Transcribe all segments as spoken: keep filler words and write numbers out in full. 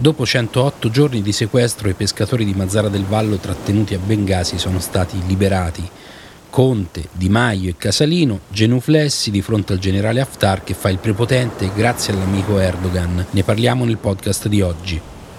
Dopo centootto giorni di sequestro, i pescatori di Mazara del Vallo trattenuti a Bengasi sono stati liberati. Conte, Di Maio e Casalino genuflessi di fronte al generale Haftar che fa il prepotente grazie all'amico Erdogan. Ne parliamo nel podcast di oggi.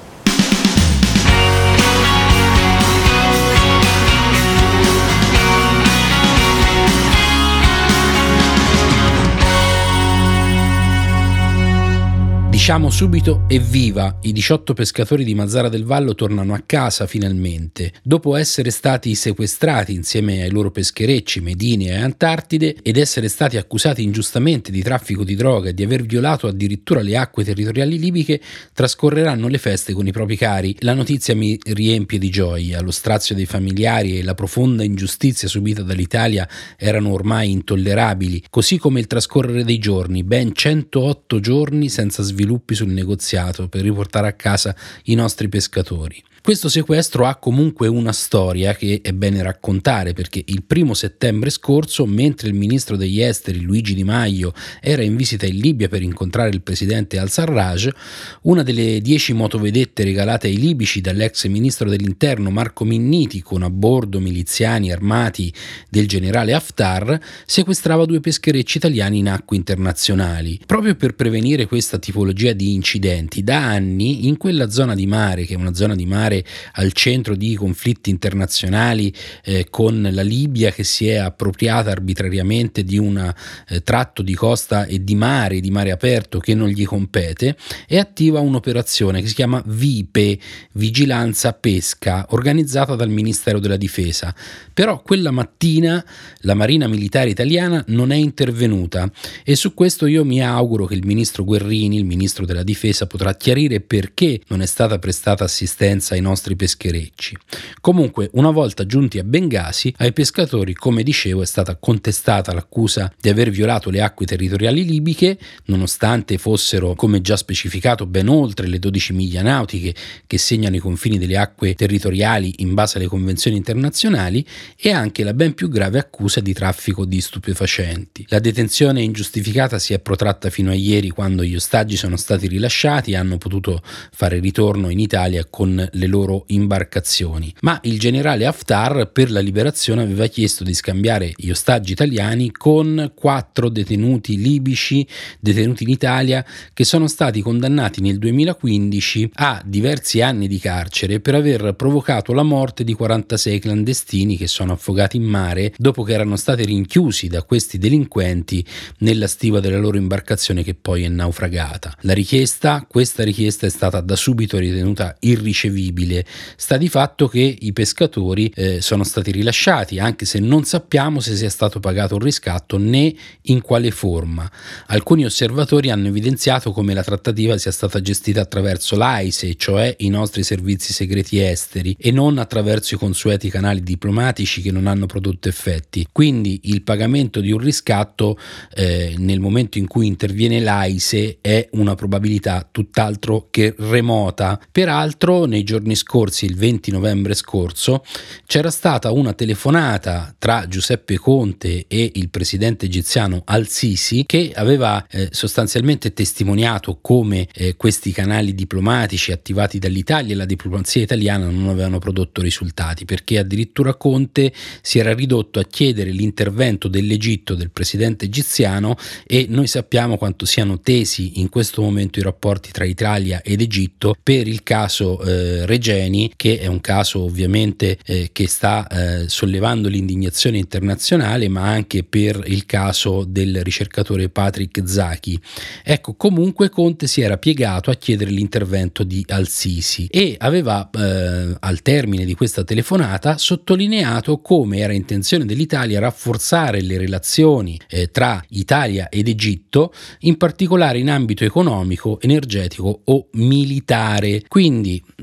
Diciamo subito evviva, i diciotto pescatori di Mazara del Vallo tornano a casa finalmente, dopo essere stati sequestrati insieme ai loro pescherecci Medini e Antartide ed essere stati accusati ingiustamente di traffico di droga e di aver violato addirittura le acque territoriali libiche. Trascorreranno le feste con i propri cari. La notizia mi riempie di gioia, lo strazio dei familiari e la profonda ingiustizia subita dall'Italia erano ormai intollerabili, così come il trascorrere dei giorni, ben centootto giorni senza sviluppo sul negoziato per riportare a casa i nostri pescatori. Questo sequestro ha comunque una storia che è bene raccontare, perché il primo settembre scorso, mentre il ministro degli esteri Luigi Di Maio era in visita in Libia per incontrare il presidente al-Sarraj, una delle dieci motovedette regalate ai libici dall'ex ministro dell'interno Marco Minniti, con a bordo miliziani armati del generale Haftar, sequestrava due pescherecci italiani in acque internazionali. Proprio per prevenire questa tipologia di incidenti, da anni in quella zona di mare, che è una zona di mare al centro di conflitti internazionali, eh, con la Libia che si è appropriata arbitrariamente di un eh, tratto di costa e di mare, di mare aperto che non gli compete, è attiva un'operazione che si chiama VIPE, Vigilanza Pesca, organizzata dal Ministero della Difesa. Però quella mattina la Marina Militare Italiana non è intervenuta e su questo io mi auguro che il ministro Guerrini, il ministro della Difesa, potrà chiarire perché non è stata prestata assistenza ai nostri pescherecci. Comunque, una volta giunti a Bengasi, ai pescatori, come dicevo, è stata contestata l'accusa di aver violato le acque territoriali libiche, nonostante fossero, come già specificato, ben oltre le dodici miglia nautiche che segnano i confini delle acque territoriali in base alle convenzioni internazionali, e anche la ben più grave accusa di traffico di stupefacenti. La detenzione ingiustificata si è protratta fino a ieri, quando gli ostaggi sono stati rilasciati e hanno potuto fare ritorno in Italia con le loro imbarcazioni. Ma il generale Haftar per la liberazione aveva chiesto di scambiare gli ostaggi italiani con quattro detenuti libici detenuti in Italia, che sono stati condannati nel duemilaquindici a diversi anni di carcere per aver provocato la morte di quarantasei clandestini che sono affogati in mare dopo che erano stati rinchiusi da questi delinquenti nella stiva della loro imbarcazione, che poi è naufragata. La richiesta, questa richiesta è stata da subito ritenuta irricevibile. Sta di fatto che i pescatori eh, sono stati rilasciati, anche se non sappiamo se sia stato pagato un riscatto né in quale forma. Alcuni osservatori hanno evidenziato come la trattativa sia stata gestita attraverso l'AISE, cioè i nostri servizi segreti esteri, e non attraverso i consueti canali diplomatici che non hanno prodotto effetti. Quindi il pagamento di un riscatto eh, nel momento in cui interviene l'AISE è una probabilità tutt'altro che remota. Peraltro nei giorni scorsi, il venti novembre scorso, c'era stata una telefonata tra Giuseppe Conte e il presidente egiziano Al-Sisi, che aveva eh, sostanzialmente testimoniato come eh, questi canali diplomatici attivati dall'Italia e la diplomazia italiana non avevano prodotto risultati, perché addirittura Conte si era ridotto a chiedere l'intervento dell'Egitto, del presidente egiziano, e noi sappiamo quanto siano tesi in questo momento i rapporti tra Italia ed Egitto per il caso eh, Regeni, che è un caso ovviamente eh, che sta eh, sollevando l'indignazione internazionale, ma anche per il caso del ricercatore Patrick Zaki. Ecco, comunque Conte si era piegato a chiedere l'intervento di Al-Sisi e aveva eh, al termine di questa telefonata sottolineato come era intenzione dell'Italia rafforzare le relazioni eh, tra Italia ed Egitto, in particolare in ambito economico, energetico o militare. Quindi eh,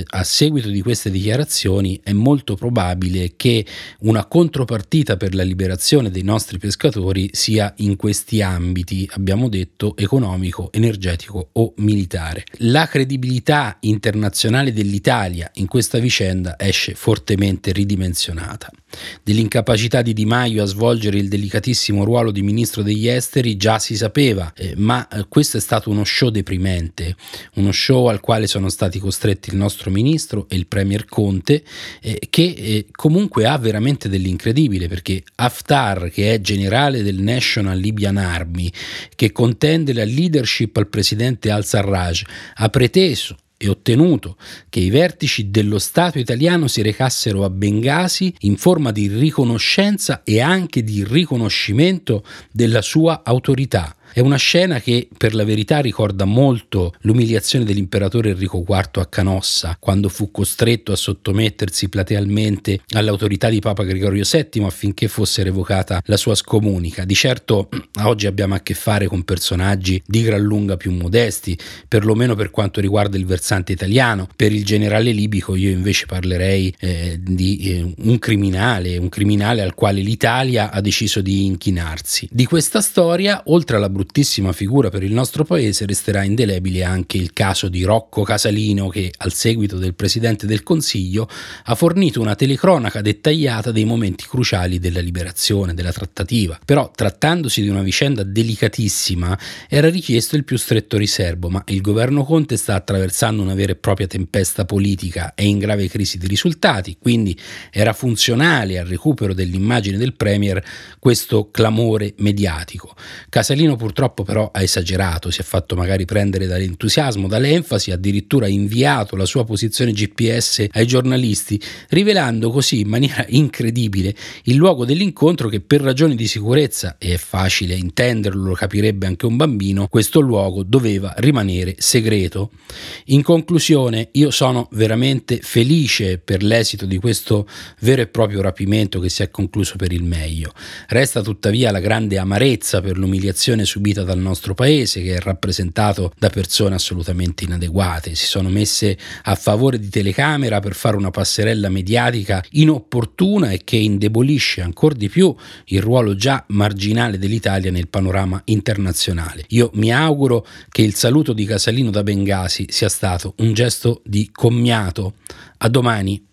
eh, a seguito di queste dichiarazioni è molto probabile che una contropartita per la liberazione dei nostri pescatori sia in questi ambiti, abbiamo detto, economico, energetico o militare. La credibilità internazionale dell'Italia in questa vicenda esce fortemente ridimensionata. Dell'incapacità di Di Maio a svolgere il delicatissimo ruolo di ministro degli esteri già si sapeva, eh, ma eh, questo è stato uno show deprimente, uno show al quale sono stati costretti il nostro ministro e il premier Conte, eh, che eh, comunque ha veramente dell'incredibile, perché Haftar, che è generale del National Libyan Army, che contende la leadership al presidente al-Sarraj, ha preteso e ottenuto che i vertici dello Stato italiano si recassero a Bengasi in forma di riconoscenza e anche di riconoscimento della sua autorità. È una scena che per la verità ricorda molto l'umiliazione dell'imperatore Enrico quarto a Canossa, quando fu costretto a sottomettersi platealmente all'autorità di Papa Gregorio settimo affinché fosse revocata la sua scomunica. Di certo oggi abbiamo a che fare con personaggi di gran lunga più modesti, perlomeno per quanto riguarda il versante italiano. Per il generale libico io invece parlerei eh, di eh, un criminale, un criminale al quale l'Italia ha deciso di inchinarsi. Di questa storia, oltre alla bruttissima figura per il nostro paese, resterà indelebile anche il caso di Rocco Casalino, che al seguito del Presidente del Consiglio ha fornito una telecronaca dettagliata dei momenti cruciali della liberazione, della trattativa. Però, trattandosi di una vicenda delicatissima, era richiesto il più stretto riserbo, ma il governo Conte sta attraversando una vera e propria tempesta politica e in grave crisi di risultati, quindi era funzionale al recupero dell'immagine del Premier questo clamore mediatico. Casalino purtroppo però ha esagerato, si è fatto magari prendere dall'entusiasmo, dall'enfasi, addirittura ha inviato la sua posizione G P S ai giornalisti, rivelando così in maniera incredibile il luogo dell'incontro che per ragioni di sicurezza, e è facile intenderlo, lo capirebbe anche un bambino, questo luogo doveva rimanere segreto. In conclusione, io sono veramente felice per l'esito di questo vero e proprio rapimento che si è concluso per il meglio. Resta tuttavia la grande amarezza per l'umiliazione subita dal nostro paese, che è rappresentato da persone assolutamente inadeguate. Si sono messe a favore di telecamera per fare una passerella mediatica inopportuna e che indebolisce ancora di più il ruolo già marginale dell'Italia nel panorama internazionale. Io mi auguro che il saluto di Casalino da Bengasi sia stato un gesto di commiato. A domani.